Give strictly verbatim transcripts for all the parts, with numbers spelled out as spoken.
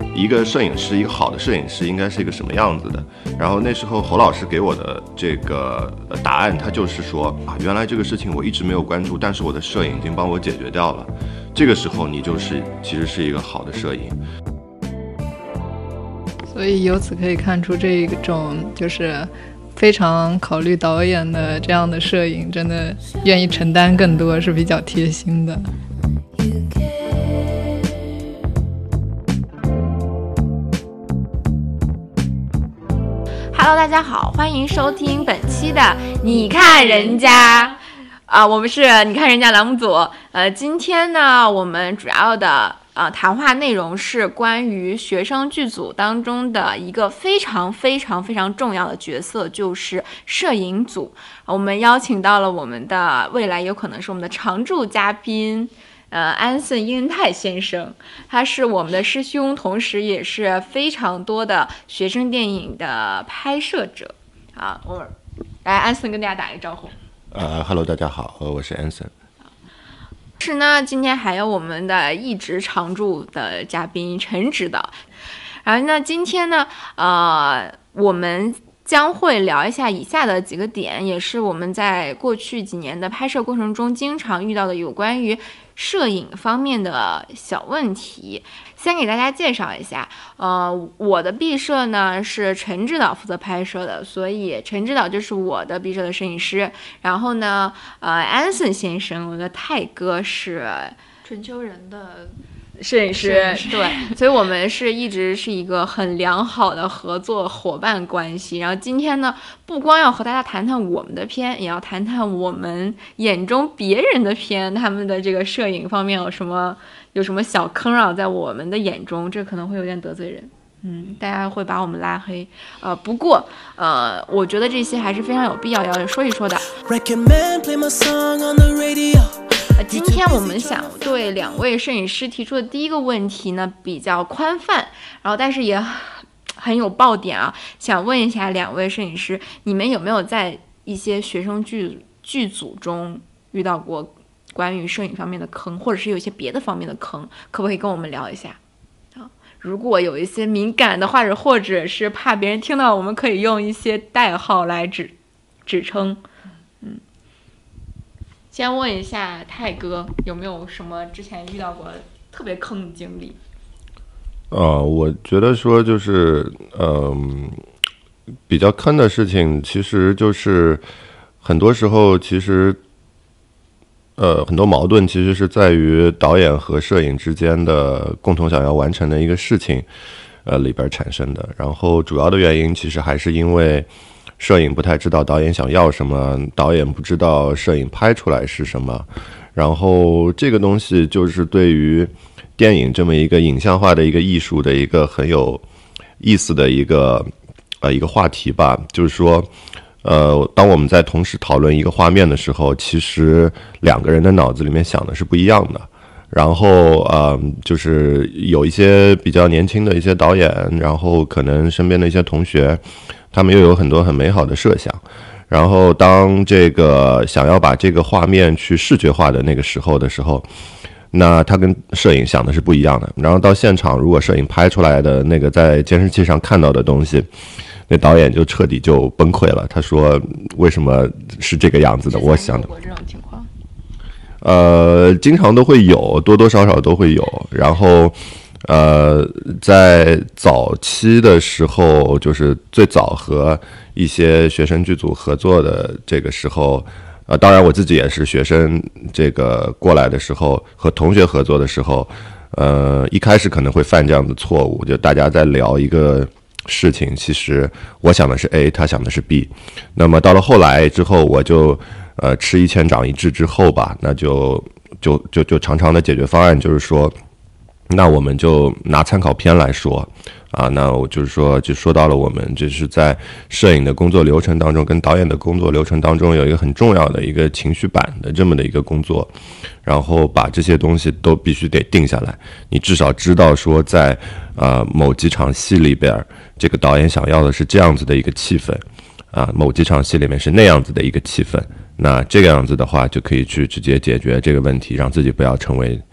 一个摄影师，一个好的摄影师应该是一个什么样子的。然后那时候侯老师给我的这个答案，他就是说啊，原来这个事情我一直没有关注，但是我的摄影已经帮我解决掉了。这个时候你就是其实是一个好的摄影。 所以由此可以看出，这一种就是非常考虑导演的这样的摄影，真的愿意承担更多，是比较贴心的。 Hello， 大家好，欢迎收听本期的你看人家啊、呃，我们是你看人家栏目组。呃，今天呢，我们主要的呃谈话内容是关于学生剧组当中的一个非常非常非常重要的角色，就是摄影组。我们邀请到了我们的未来有可能是我们的常驻嘉宾。呃，安森·伊恩泰先生，他是我们的师兄，同时也是非常多的学生电影的拍摄者啊。我来，安森跟大家打一个招呼。 呃 ，Hello， 大家好，我是安森。 是呢，今天还有我们的一直常驻的嘉宾陈指导。然后呢，今天呢，呃，我们将会聊一下以下的几个点，也是我们在过去几年的拍摄过程中经常遇到的有关于摄影方面的小问题。先给大家介绍一下，呃，我的毕设呢是陈指导负责拍摄的，所以陈指导就是我的毕设的摄影师。然后呢，呃，安森先生，我的泰哥是春秋人的摄影师，对，所以我们是一直是一个很良好的合作伙伴关系。然后今天呢，不光要和大家谈谈我们的片，也要谈谈我们眼中别人的片，他们的这个摄影方面有什么有什么小坑啊，在我们的眼中，这可能会有点得罪人，嗯，大家会把我们拉黑。呃，不过呃，我觉得这些还是非常有必要要说一说的。今天我们想对两位摄影师提出的第一个问题呢，比较宽泛，然后但是也很有爆点啊。想问一下两位摄影师，你们有没有在一些学生剧剧组中遇到过关于摄影方面的坑，或者是有一些别的方面的坑，可不可以跟我们聊一下？啊，如果有一些敏感的，或者或者是怕别人听到，我们可以用一些代号来指指称。嗯。先问一下泰哥，有没有什么之前遇到过特别坑的经历？ 呃，我觉得说就是，嗯、呃，比较坑的事情，其实就是很多时候，其实，呃，很多矛盾其实是在于导演和摄影之间的共同想要完成的一个事情，呃，里边产生的。然后主要的原因其实还是因为摄影不太知道导演想要什么，导演不知道摄影拍出来是什么，然后这个东西就是对于电影这么一个影像化的一个艺术的一个很有意思的一个呃一个话题吧。就是说，呃，当我们在同时讨论一个画面的时候，其实两个人的脑子里面想的是不一样的。然后呃，就是有一些比较年轻的一些导演，然后可能身边的一些同学，他们又有很多很美好的设想，然后当这个想要把这个画面去视觉化的那个时候的时候，那他跟摄影想的是不一样的。然后到现场，如果摄影拍出来的那个在监视器上看到的东西，那导演就彻底就崩溃了。他说：“为什么是这个样子的？我想的。” 这种情况， 呃，经常都会有，多多少少都会有。然后。呃，在早期的时候，就是最早和一些学生剧组合作的这个时候，呃，当然我自己也是学生，这个过来的时候和同学合作的时候，呃，一开始可能会犯这样的错误，就大家在聊一个事情，其实我想的是 A， 他想的是 B， 那么到了后来之后，我就呃吃一堑长一智之后吧，那就就就就常常的解决方案就是说。那我们就拿参考片来说啊，那我就是说，就说到了我们就是在摄影的工作流程当中，跟导演的工作流程当中有一个很重要的一个情绪版的这么的一个工作，然后把这些东西都必须得定下来。你至少知道说在，在呃某几场戏里边，这个导演想要的是这样子的一个气氛，啊，某几场戏里面是那样子的一个气氛。那这个样子的话，就可以去直接解决这个问题，让自己不要成为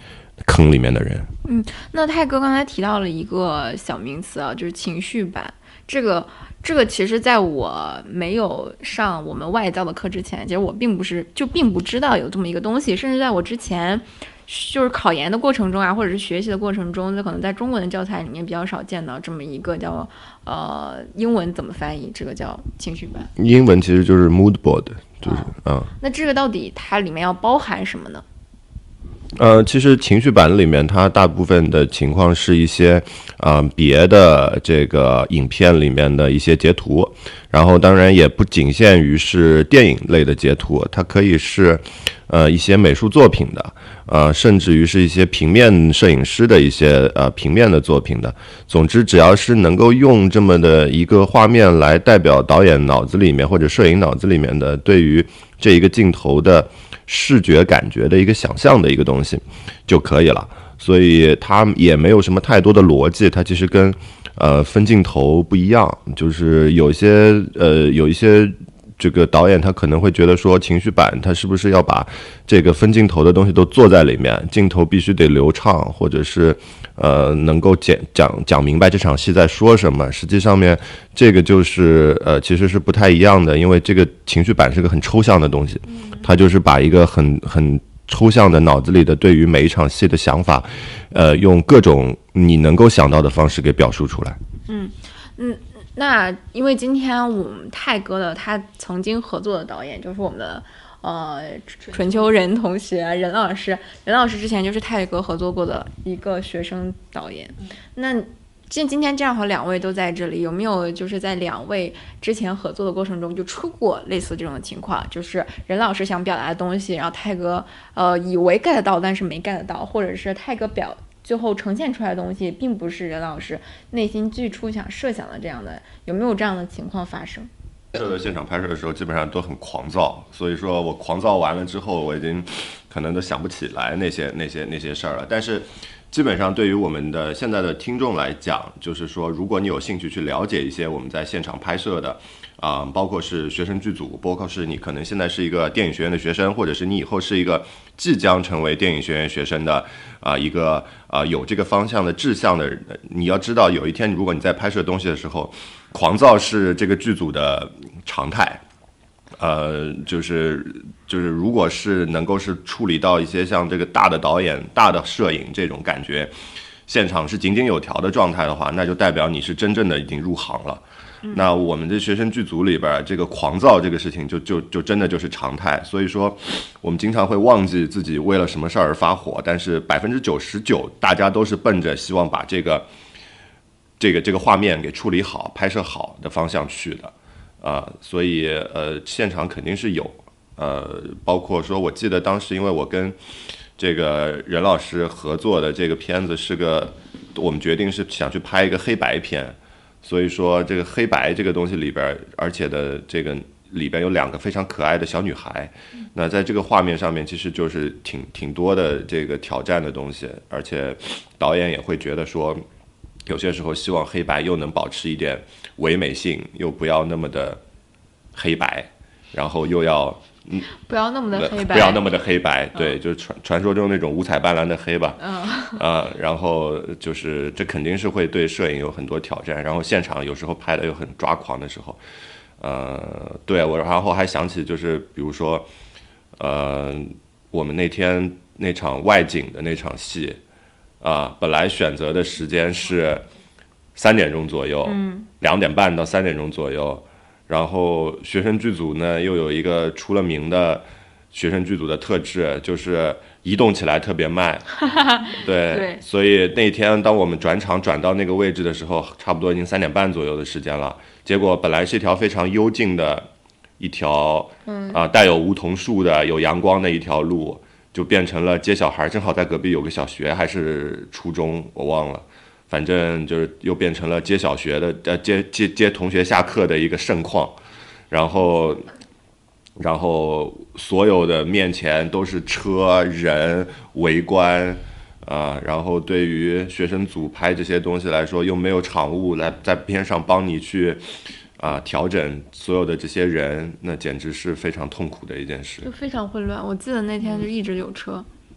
坑里面的人。 嗯，那泰哥刚才提到了一个小名词啊，就是情绪版。这个这个其实在我没有上我们外教的课之前，其实我并不是就并不知道有这么一个东西，甚至在我之前就是考研的过程中啊，或者是学习的过程中，就可能在中文的教材里面比较少见到这么一个叫呃英文怎么翻译，这个叫情绪版。 英文其实就是 mood board， 就是啊、 哦嗯。那这个到底它里面要包含什么呢？ 呃，其实情绪版里面，它大部分的情况是一些啊、呃、别的这个影片里面的一些截图，然后当然也不仅限于是电影类的截图，它可以是呃一些美术作品的，呃，甚至于是一些平面摄影师的一些呃平面的作品的。总之，只要是能够用这么的一个画面来代表导演脑子里面或者摄影脑子里面的对于这一个镜头的视觉感觉的一个想象的一个东西就可以了，所以它也没有什么太多的逻辑，它其实跟呃分镜头不一样，就是有些呃有一些这个导演他可能会觉得说情绪版他是不是要把这个分镜头的东西都做在里面，镜头必须得流畅，或者是呃能够讲讲讲明白这场戏在说什么，实际上面这个就是呃其实是不太一样的，因为这个情绪版是个很抽象的东西，它就是把一个很很抽象的脑子里的对于每一场戏的想法，呃用各种你能够想到的方式给表述出来。 嗯嗯。那因为今天我们泰哥的他曾经合作的导演就是我们的呃春秋任同学任老师，任老师之前就是泰哥合作过的一个学生导演。那今今天这样和两位都在这里，有没有就是在两位之前合作的过程中就出过类似这种情况，就是任老师想表达的东西，然后泰哥呃以为 get 到但是没 get 到，或者是泰哥表最后呈现出来的东西并不是任老师内心最初想设想的这样的，有没有这样的情况发生？ 拍摄的现场拍摄的时候基本上都很狂躁，所以说我狂躁完了之后，我已经可能都想不起来那些那些那些事儿了。但是基本上对于我们的现在的听众来讲，就是说如果你有兴趣去了解一些我们在现场拍摄的啊、呃，包括是学生剧组，包括是你可能现在是一个电影学院的学生，或者是你以后是一个即将成为电影学院学生的啊、呃、一个啊、呃、有这个方向的志向的人，你要知道有一天如果你在拍摄东西的时候，狂躁是这个剧组的常态。呃，就是就是，如果是能够是处理到一些像这个大的导演、大的摄影这种感觉，现场是井井有条的状态的话，那就代表你是真正的已经入行了。嗯、那我们这学生剧组里边，这个狂躁这个事情就就就真的就是常态。所以说，我们经常会忘记自己为了什么事儿而发火，但是百分之九十九大家都是奔着希望把这个这个这个画面给处理好、拍摄好的方向去的。啊、呃，所以呃，现场肯定是有，呃，包括说，我记得当时因为我跟这个任老师合作的这个片子是个，我们决定是想去拍一个黑白片，所以说这个黑白这个东西里边，而且的这个里边有两个非常可爱的小女孩，那在这个画面上面其实就是挺挺多的这个挑战的东西，而且导演也会觉得说。有些时候希望黑白又能保持一点唯美性，又不要那么的黑白，然后又要嗯不要那么的黑白， 不要那么的黑白，对，嗯、就是传传说中那种五彩斑斓的黑吧， 嗯啊、呃，然后就是这肯定是会对摄影有很多挑战，然后现场有时候拍的又很抓狂的时候，呃，对我然后还想起就是比如说，呃，我们那天那场外景的那场戏。啊，本来选择的时间是三点钟左右， 嗯， 两点半到三点钟左右。然后学生剧组呢又有一个出了名的学生剧组的特质，就是移动起来特别慢。对， 对， 所以那天当我们转场转到那个位置的时候，差不多已经三点半左右的时间了。结果本来是一条非常幽静的一条， 嗯啊，带有梧桐树的有阳光的一条路。就变成了接小孩，正好在隔壁有个小学还是初中，我忘了，反正就是又变成了接小学的，呃，接接接同学下课的一个盛况，然后，然后所有的面前都是车人围观，啊、呃，然后对于学生组拍这些东西来说，又没有场务来在边上帮你去。啊，调整所有的这些人，那简直是非常痛苦的一件事， 就非常混乱。我记得那天就一直有车，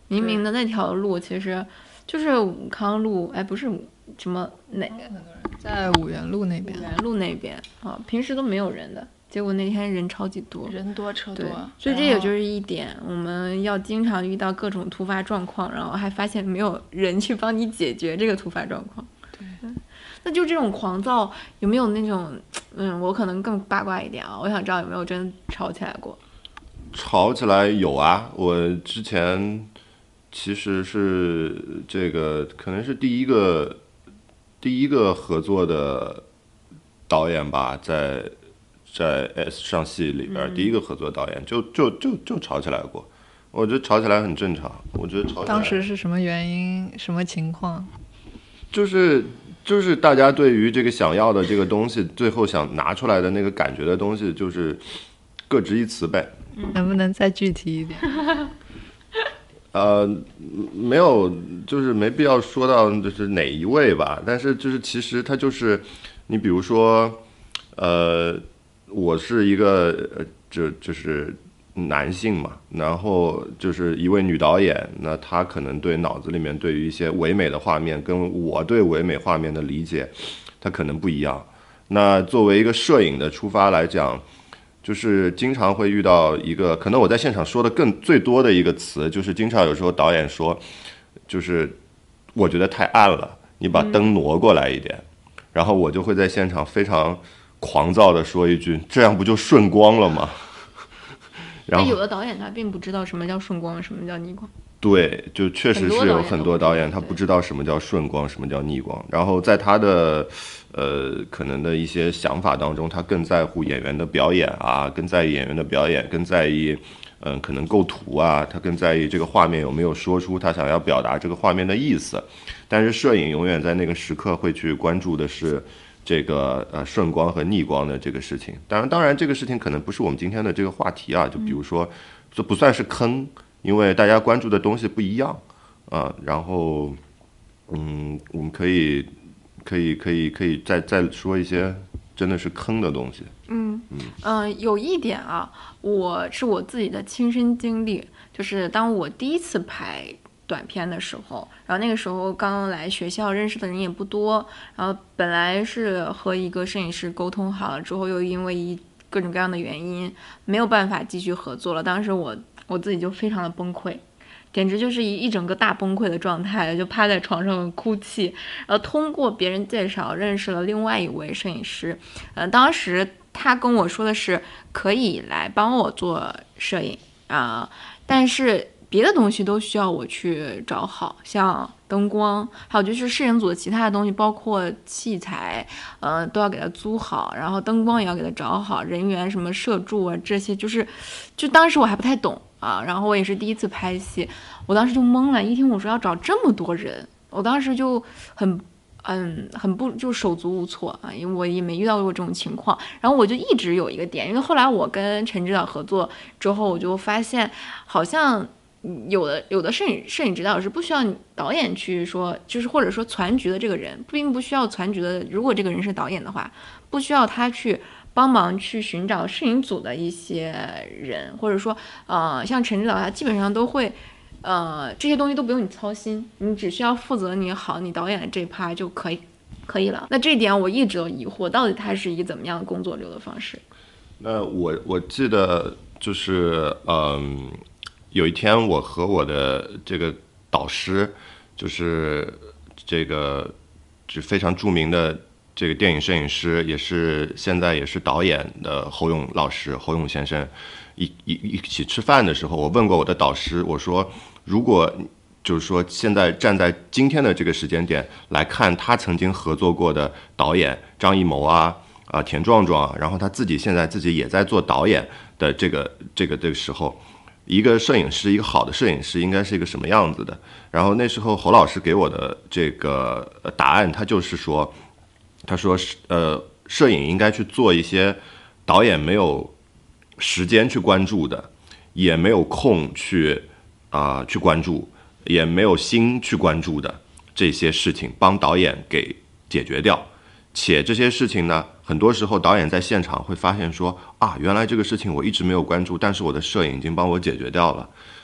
明明的那条路其实就是武康路，哎，不是什么哪个， 在五原路那边， 五原路那边啊，平时都没有人的。结果那天人超级多， 人多车多， 所以这也就是一点，我们要经常遇到各种突发状况，然后还发现没有人去帮你解决这个突发状况。 对， 那就这种狂躁，有没有那种，嗯，我可能更八卦一点啊，我想知道有没有真的吵起来过？ 吵起来有啊，我之前其实是这个可能是第一个第一个合作的导演吧，在。在 S 上戏里边、嗯、第一个合作导演就就就就吵起来过，我觉得吵起来很正常。我觉得吵起来当时是什么原因，什么情况？ 就是就是大家对于这个想要的这个东西，最后想拿出来的那个感觉的东西，就是各执一词呗。 能不能再具体一点？ 呃，没有，就是没必要说到就是哪一位吧。但是就是其实他就是你比如说，呃。我是一个呃，就就是男性嘛，然后就是一位女导演，那她可能对脑子里面对于一些唯美的画面，跟我对唯美画面的理解，她可能不一样。那作为一个摄影的出发来讲，就是经常会遇到一个，可能我在现场说的更最多的一个词，就是经常有时候导演说，就是我觉得太暗了，你把灯挪过来一点，嗯、然后我就会在现场非常。狂躁地说一句：“这样不就顺光了吗？”然后有的导演他并不知道什么叫顺光，什么叫逆光。 对，就确实是有很多导演他不知道什么叫顺光，什么叫逆光。然后在他的呃可能的一些想法当中，他更在乎演员的表演啊，更在意演员的表演，更在意嗯、呃、可能构图啊，他更在意这个画面有没有说出他想要表达这个画面的意思。但是摄影永远在那个时刻会去关注的是。这个呃顺光和逆光的这个事情，当然当然这个事情可能不是我们今天的这个话题啊，就比如说这不算是坑，因为大家关注的东西不一样啊、呃，然后嗯我们可以可以可以可以再再说一些真的是坑的东西。 嗯嗯、呃、有一点啊，我是我自己的亲身经历，就是当我第一次拍短片的时候，然后那个时候刚来学校，认识的人也不多，然后本来是和一个摄影师沟通好了之后，又因为一各种各样的原因没有办法继续合作了。当时我我自己就非常的崩溃，简直就是一一整个大崩溃的状态，就趴在床上哭泣。然后通过别人介绍认识了另外一位摄影师，呃，当时他跟我说的是可以来帮我做摄影啊、呃，但是。别的东西都需要我去找好，像灯光，还有就是摄影组的其他的东西，包括器材，呃，都要给他租好，然后灯光也要给他找好，人员什么摄助啊这些，就是，就当时我还不太懂啊，然后我也是第一次拍戏，我当时就懵了，一听我说要找这么多人，我当时就很。嗯，很不就手足无措啊，因为我也没遇到过这种情况。然后我就一直有一个点，因为后来我跟陈指导合作之后，我就发现好像有的有的摄影摄影指导是不需要导演去说，就是或者说传局的这个人，并不需要传局的。如果这个人是导演的话，不需要他去帮忙去寻找摄影组的一些人，或者说呃，像陈指导他基本上都会。呃，这些东西都不用你操心，你只需要负责你好你导演的这趴就可以，可以了。那这一点我一直都疑惑，到底他是一个怎么样的工作流的方式？ 那我我记得就是嗯，有一天我和我的这个导师，就是这个就非常著名的这个电影摄影师，也是现在也是导演的侯勇老师，侯勇先生。一一一起吃饭的时候，我问过我的导师，我说，如果就是说现在站在今天的这个时间点来看，他曾经合作过的导演张艺谋啊啊、呃、田壮壮，然后他自己现在自己也在做导演的这个这个这个时候，一个摄影师，一个好的摄影师应该是一个什么样子的？然后那时候侯老师给我的这个答案，他就是说，他说是呃，摄影应该去做一些导演没有。时间去关注的，也没有空去啊、呃、去关注，也没有心去关注的这些事情，帮导演给解决掉。且这些事情呢，很多时候导演在现场会发现说啊，原来这个事情我一直没有关注，但是我的摄影已经帮我解决掉了。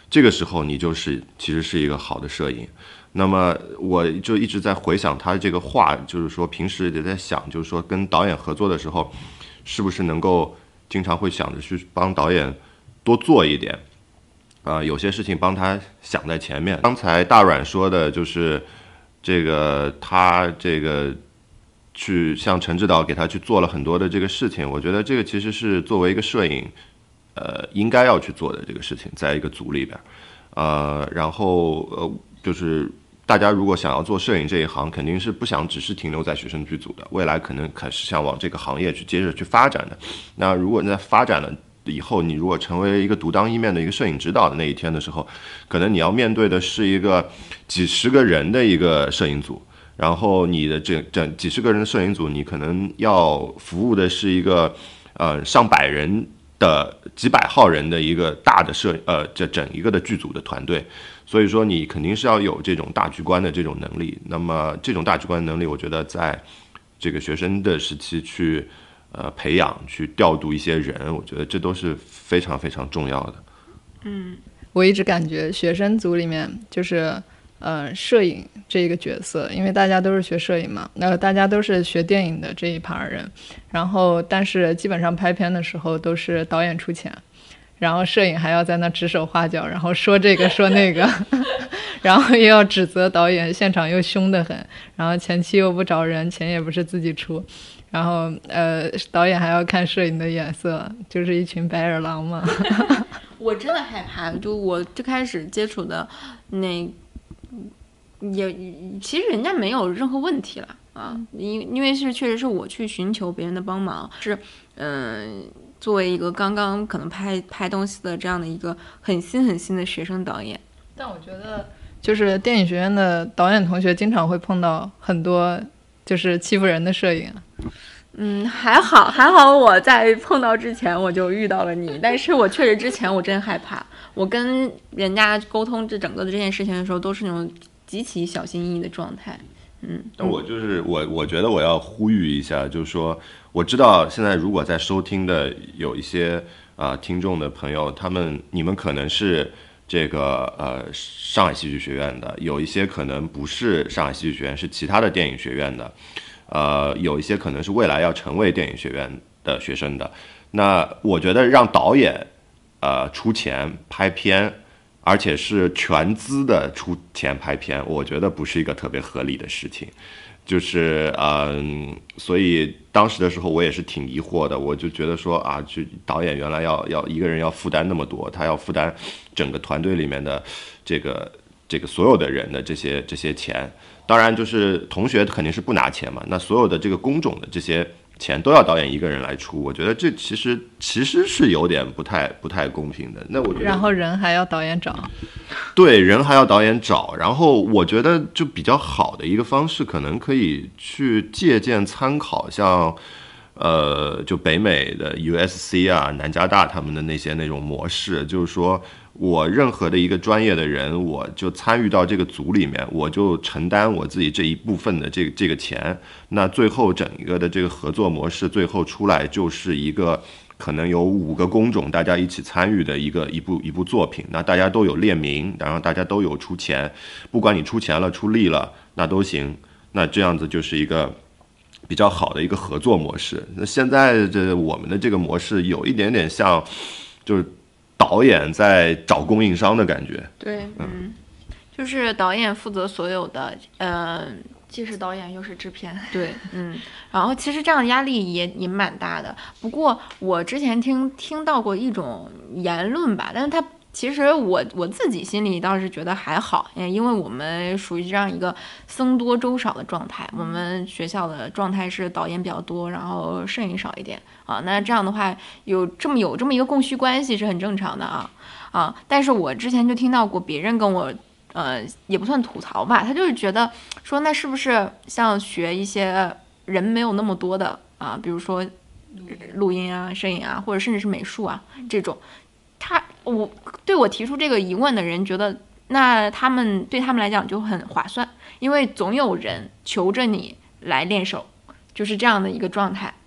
这个时候你就是其实是一个好的摄影。那么我就一直在回想他这个话，就是说平时也在想，就是说跟导演合作的时候，是不是能够经常会想着去帮导演多做一点啊、呃，有些事情帮他想在前面。刚才大阮说的就是这个他这个去向陈指导给他去做了很多的这个事情，我觉得这个其实是作为一个摄影呃应该要去做的这个事情，在一个组里边，呃，然后呃就是大家如果想要做摄影这一行，肯定是不想只是停留在学生剧组的，未来可能开始想往这个行业去接着去发展的。那如果在发展了以后，你如果成为一个独当一面的一个摄影指导的那一天的时候，可能你要面对的是一个几十个人的一个摄影组，然后你的这整几十个人的摄影组，你可能要服务的是一个呃上百人的几百号人的一个大的摄呃这整一个的剧组的团队。所以说你肯定是要有这种大局观的这种能力，那么这种大局观的能力，我觉得在这个学生的时期去呃培养、去调度一些人，我觉得这都是非常非常重要的。 嗯，我一直感觉学生组里面就是呃摄影这一个角色，因为大家都是学摄影嘛，那大家都是学电影的这一盘人，然后但是基本上拍片的时候都是导演出钱。然后摄影还要在那指手画脚，然后说这个说那个然后又要指责导演，现场又凶得很，然后前期又不找人，钱也不是自己出，然后呃导演还要看摄影的眼色，就是一群白眼狼嘛我真的害怕，就我最开始接触的那也其实人家没有任何问题了啊，因因为是确实是我去寻求别人的帮忙，是嗯、呃作为一个刚刚可能拍拍东西的这样的一个很新很新的学生导演。 但我觉得就是电影学院的导演同学经常会碰到很多就是欺负人的摄影。 嗯，还好还好我在碰到之前我就遇到了你，但是我确实之前我真害怕，我跟人家沟通这整个的这件事情的时候都是那种极其小心翼翼的状态。嗯， 那我就是我，我觉得我要呼吁一下，就是说，我知道现在如果在收听的有一些啊、呃、听众的朋友，他们你们可能是这个呃上海戏剧学院的，有一些可能不是上海戏剧学院，是其他的电影学院的，呃，有一些可能是未来要成为电影学院的学生的。那我觉得让导演呃出钱拍片，而且是全资的出钱拍片，我觉得不是一个特别合理的事情。就是嗯，所以当时的时候我也是挺疑惑的，我就觉得说啊，就导演原来要要一个人要负担那么多，他要负担整个团队里面的这个这个所有的人的这些这些钱。当然就是同学肯定是不拿钱嘛，那所有的这个工种的这些钱都要导演一个人来出，我觉得这其实其实是有点不太不太公平的。那我觉得， 然后人还要导演找， 对，人还要导演找。然后我觉得就比较好的一个方式，可能可以去借鉴参考，像呃，就北美的 U S C 啊、南加大他们的那些那种模式，就是说我任何的一个专业的人，我就参与到这个组里面，我就承担我自己这一部分的这个这个钱。那最后整一个的这个合作模式，最后出来就是一个可能有五个工种大家一起参与的一个一部一部作品。那大家都有列名，然后大家都有出钱，不管你出钱了出力了，那都行。那这样子就是一个比较好的一个合作模式。那现在这我们的这个模式有一点点像，就是导演在找供应商的感觉。 对，嗯，就是导演负责所有的，呃，既是导演又是制片。对，嗯，然后其实这样的压力也也蛮大的。不过我之前听听到过一种言论吧，但是他。其实我我自己心里倒是觉得还好，因为我们属于这样一个僧多粥少的状态，我们学校的状态是导演比较多，然后摄影少一点啊。那这样的话，有这么有这么一个供需关系是很正常的啊啊。但是我之前就听到过别人跟我，呃，也不算吐槽吧，他就是觉得说，那是不是像学一些人没有那么多的啊，比如说录音啊、摄影啊，或者甚至是美术啊这种。他我对我提出这个疑问的人觉得，那他们对他们来讲就很划算，因为总有人求着你来练手，就是这样的一个状态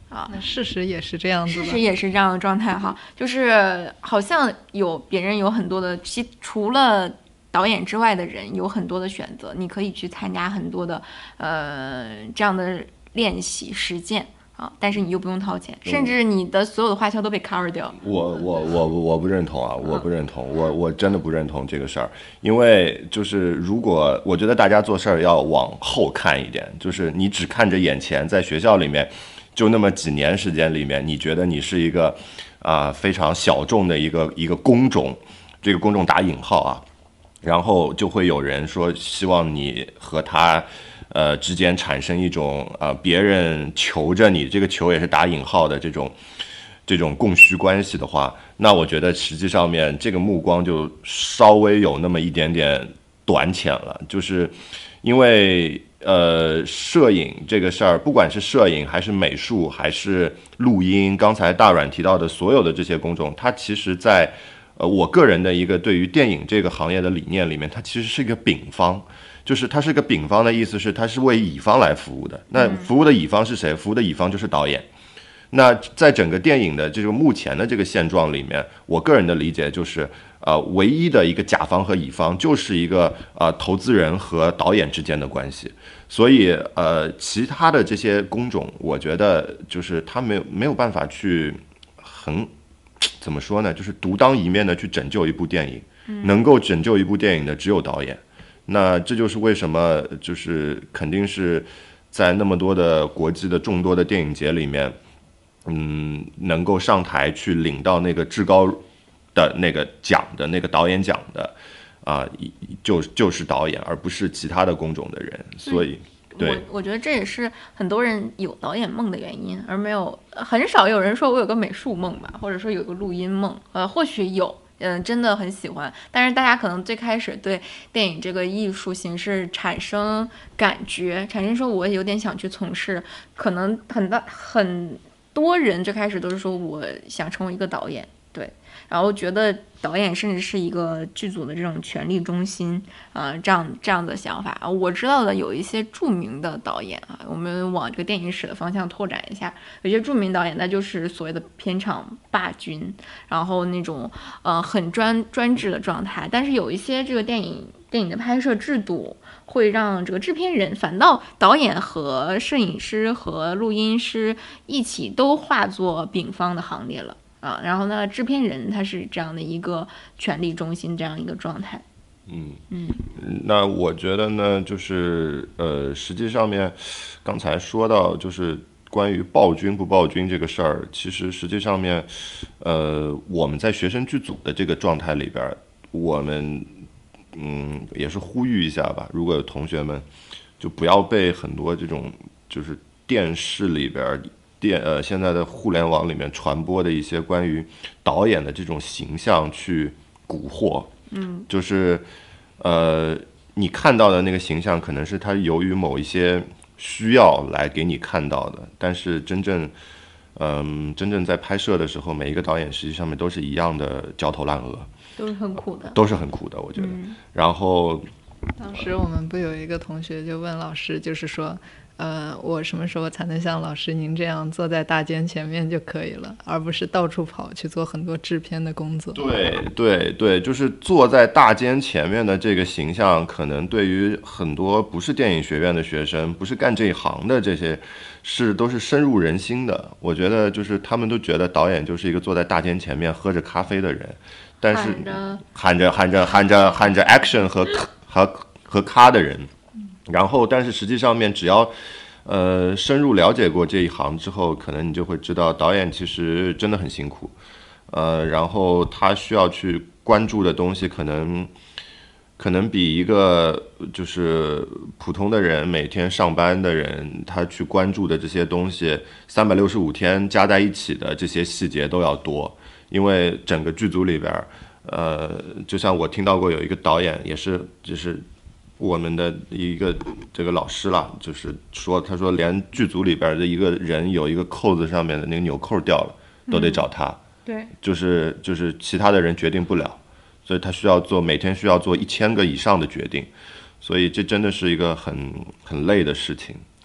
啊。 那事实也是这样子的， 事实也是这样的状态哈，就是好像有别人有很多的，其除了导演之外的人有很多的选择，你可以去参加很多的呃这样的练习实践啊，但是你又不用掏钱，甚至你的所有的花销都被 cover 掉。 我我我我不认同啊，我不认同，我我真的不认同这个事儿，因为就是如果我觉得大家做事儿要往后看一点，就是你只看着眼前，在学校里面就那么几年时间里面，你觉得你是一个啊、呃、非常小众的一个一个工种，这个工种打引号啊。然后就会有人说，希望你和他，呃之间产生一种呃别人求着你，这个求也是打引号的这种这种供需关系的话，那我觉得实际上面这个目光就稍微有那么一点点短浅了，就是因为呃摄影这个事儿，不管是摄影还是美术还是录音，刚才大阮提到的所有的这些工种，它其实在呃，我个人的一个对于电影这个行业的理念里面，它其实是一个丙方，就是它是个丙方的意思是它是为乙方来服务的。那服务的乙方是谁？服务的乙方就是导演。那在整个电影的这个目前的这个现状里面，我个人的理解就是，呃，唯一的一个甲方和乙方就是一个呃投资人和导演之间的关系。所以呃，其他的这些工种，我觉得就是他没有没有办法去很。怎么说呢？就是独当一面的去拯救一部电影，能够拯救一部电影的只有导演。那这就是为什么，就是肯定是在那么多的国际的众多的电影节里面，嗯，能够上台去领到那个至高的那个奖的那个导演奖的，啊、呃，就就是导演，而不是其他的工种的人。所以。 我我觉得这也是很多人有导演梦的原因，而没有很少有人说我有个美术梦吧，或者说有个录音梦，呃，或许有，嗯、呃，真的很喜欢，但是大家可能最开始对电影这个艺术形式产生感觉，产生说我有点想去从事，可能很大很多人最开始都是说我想成为一个导演，对。然后觉得导演甚至是一个剧组的这种权力中心，呃，这样这样的想法。我知道的有一些著名的导演啊，我们往这个电影史的方向拓展一下，有些著名导演那就是所谓的片场霸君，然后那种呃很专专制的状态。但是有一些这个电影电影的拍摄制度会让这个制片人，反倒导演和摄影师和录音师一起都化作丙方的行列了。啊，然后呢，制片人他是这样的一个权力中心，这样一个状态。 嗯嗯，那我觉得呢，就是呃，实际上面刚才说到，就是关于暴君不暴君这个事儿，其实实际上面，呃，我们在学生剧组的这个状态里边，我们嗯也是呼吁一下吧，如果有同学们就不要被很多这种就是电视里边。电呃，现在的互联网里面传播的一些关于导演的这种形象去蛊惑， 嗯， 就是呃，你看到的那个形象可能是他由于某一些需要来给你看到的，但是真正，嗯、呃，真正在拍摄的时候，每一个导演实际上面都是一样的焦头烂额， 都是很苦的， 都是很苦的，我觉得。 嗯、 然后， 当时我们不有一个同学就问老师，就是说。呃，我什么时候才能像老师您这样坐在大监前面就可以了，而不是到处跑去做很多制片的工作？ 对对对，就是坐在大监前面的这个形象，可能对于很多不是电影学院的学生，不是干这一行的这些，是都是深入人心的。我觉得就是他们都觉得导演就是一个坐在大监前面喝着咖啡的人，但是喊着喊着喊着喊着 action 和和和咖的人。然后，但是实际上面，只要，呃，深入了解过这一行之后，可能你就会知道，导演其实真的很辛苦，呃，然后他需要去关注的东西，可能，可能比一个就是普通的人每天上班的人，他去关注的这些东西，三百六十五天加在一起的这些细节都要多，因为整个剧组里边，呃，就像我听到过有一个导演也是，就是。我们的一个这个老师啦，就是说，他说连剧组里边的一个人有一个扣子上面的那个纽扣掉了，都得找他。 嗯、对， 就是就是其他的人决定不了，所以他需要做每天需要做一千个以上的决定，所以这真的是一个很很累的事情。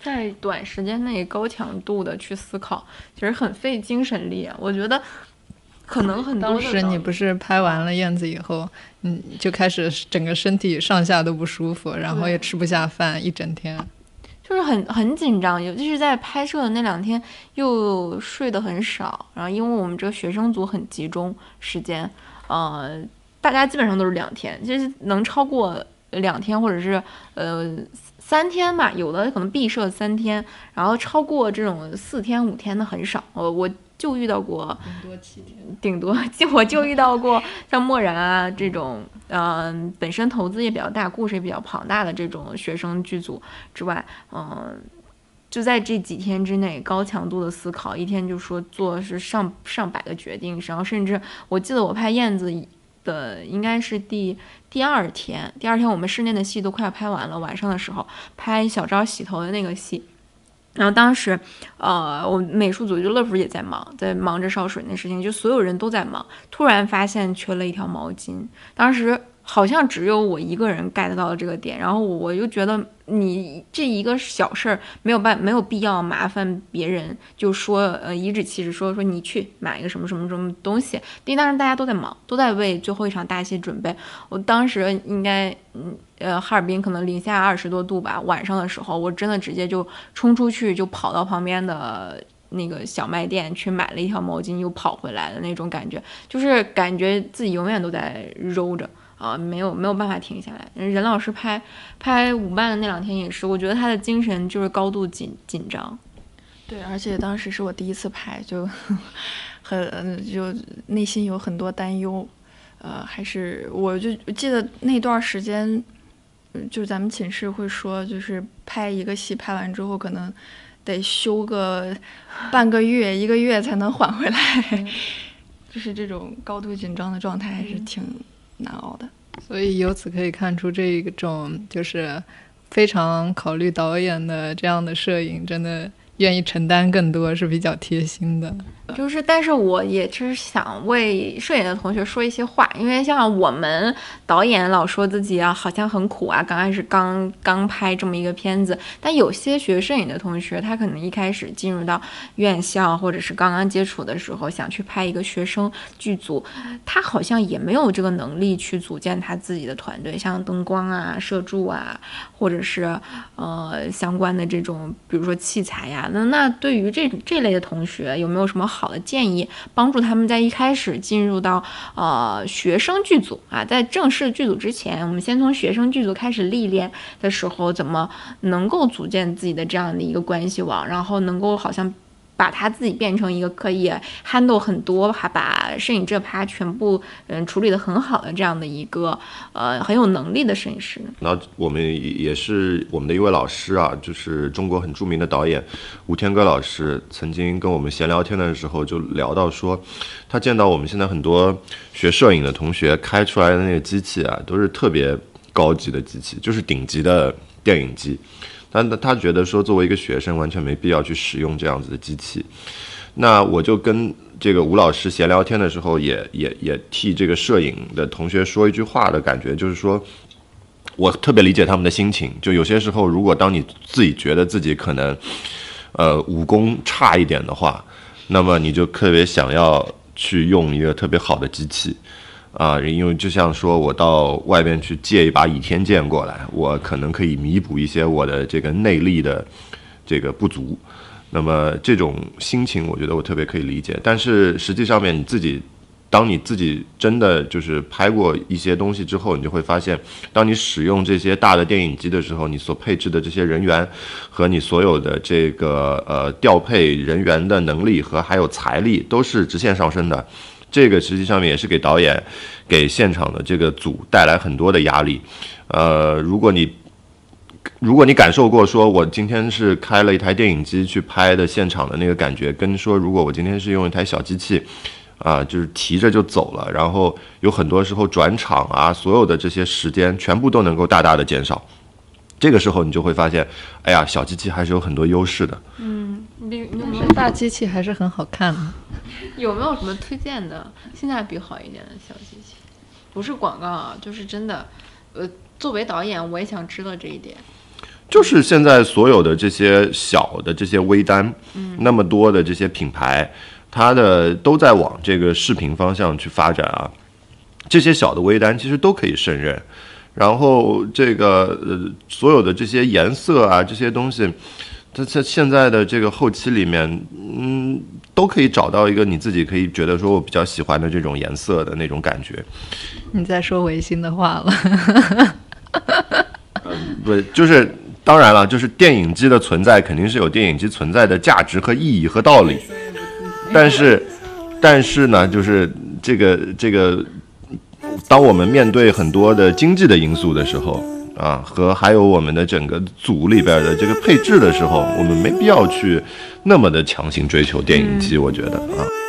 在短时间内高强度的去思考，其实很费精神力啊。我觉得可能很多的当时你不是拍完了燕子以后，你就开始整个身体上下都不舒服，然后也吃不下饭一整天， 就是很很紧张，尤其是在拍摄的那两天又睡得很少，然后因为我们这个学生组很集中时间，呃，大家基本上都是两天，其实能超过两天或者是呃三天吧，有的可能毕设三天，然后超过这种四天五天的很少。我我就遇到过顶多七天， 顶多就我就遇到过像漠然啊这种，嗯、呃，本身投资也比较大，故事也比较庞大的这种学生剧组之外，嗯、呃，就在这几天之内高强度的思考，一天就说做是上上百个决定，然后甚至我记得我拍燕子的应该是第第二天，第二天我们室内的戏都快要拍完了，晚上的时候拍小昭洗头的那个戏，然后当时，呃，我美术组就乐福也在忙，在忙着烧水那事情，就所有人都在忙。突然发现缺了一条毛巾，当时好像只有我一个人 get 到了这个点，然后我就觉得你这一个小事儿没有办没有必要麻烦别人，就说呃颐指气使说说你去买一个什么什么什么东西，因为当时大家都在忙，都在为最后一场大戏准备。我当时应该嗯呃哈尔滨可能零下二十多度吧，晚上的时候我真的直接就冲出去，就跑到旁边的那个小卖店去买了一条毛巾，又跑回来的那种感觉，就是感觉自己永远都在揉着。啊，没有没有办法停下来。任老师拍拍舞伴的那两天也是，我觉得他的精神就是高度紧紧张。 对，而且当时是我第一次拍，就很就内心有很多担忧。呃，还是我就记得那段时间，就是咱们寝室会说，就是拍一个戏拍完之后，可能得休个半个月、一个月才能缓回来。就是这种高度紧张的状态，还是挺难熬的。 所以由此可以看出，这种就是非常考虑导演的这样的摄影，真的愿意承担更多，是比较贴心的。 就是，但是我也是想为摄影的同学说一些话，因为像我们导演老说自己啊，好像很苦啊，刚开始刚刚拍这么一个片子，但有些学摄影的同学，他可能一开始进入到院校或者是刚刚接触的时候，想去拍一个学生剧组，他好像也没有这个能力去组建他自己的团队，像灯光啊、摄助啊，或者是呃相关的这种，比如说器材呀、啊，那那对于这这类的同学，有没有什么好的建议，帮助他们在一开始进入到呃学生剧组啊，在正式剧组之前，我们先从学生剧组开始历练的时候，怎么能够组建自己的这样的一个关系网，然后能够好像把他自己变成一个可以 handle 很多，还把摄影这趴全部嗯处理得很好的这样的一个呃很有能力的摄影师呢？ 然后我们也是我们的一位老师啊，就是中国很著名的导演吴天歌老师，曾经跟我们闲聊天的时候就聊到说，他见到我们现在很多学摄影的同学开出来的那个机器啊，都是特别高级的机器，就是顶级的电影机。但他觉得说，作为一个学生，完全没必要去使用这样子的机器。那我就跟这个吴老师闲聊天的时候也，也也也替这个摄影的同学说一句话的感觉，就是说，我特别理解他们的心情。就有些时候，如果当你自己觉得自己可能，呃，武功差一点的话，那么你就特别想要去用一个特别好的机器。啊，因为就像说我到外边去借一把倚天剑过来，我可能可以弥补一些我的这个内力的这个不足。那么这种心情，我觉得我特别可以理解。但是实际上面，你自己当你自己真的就是拍过一些东西之后，你就会发现，当你使用这些大的电影机的时候，你所配置的这些人员和你所有的这个呃调配人员的能力和还有财力都是直线上升的。这个实际上面也是给导演、给现场的这个组带来很多的压力。呃，如果你如果你感受过说我今天是开了一台电影机去拍的现场的那个感觉，跟说如果我今天是用一台小机器啊、呃，就是提着就走了，然后有很多时候转场啊，所有的这些时间全部都能够大大的减少。这个时候你就会发现，哎呀，小机器还是有很多优势的。 嗯，你有没有大机器还是很好看的？ 有没有什么推荐的性价比好一点的小机器？不是广告啊，就是真的。呃，作为导演，我也想知道这一点。 就是现在所有的这些小的这些微单，嗯，那么多的这些品牌，它的都在往这个视频方向去发展啊。这些小的微单其实都可以胜任，然后这个呃所有的这些颜色啊这些东西，它在现在的这个后期里面，嗯，都可以找到一个你自己可以觉得说我比较喜欢的这种颜色的那种感觉。 你在说违心的话了。 嗯，不，就是当然了，就是电影机的存在肯定是有电影机存在的价值和意义和道理，但是但是呢，就是这个这个。当我们面对很多的经济的因素的时候啊，和还有我们的整个组里边的这个配置的时候，我们没必要去那么的强行追求电影机，我觉得啊。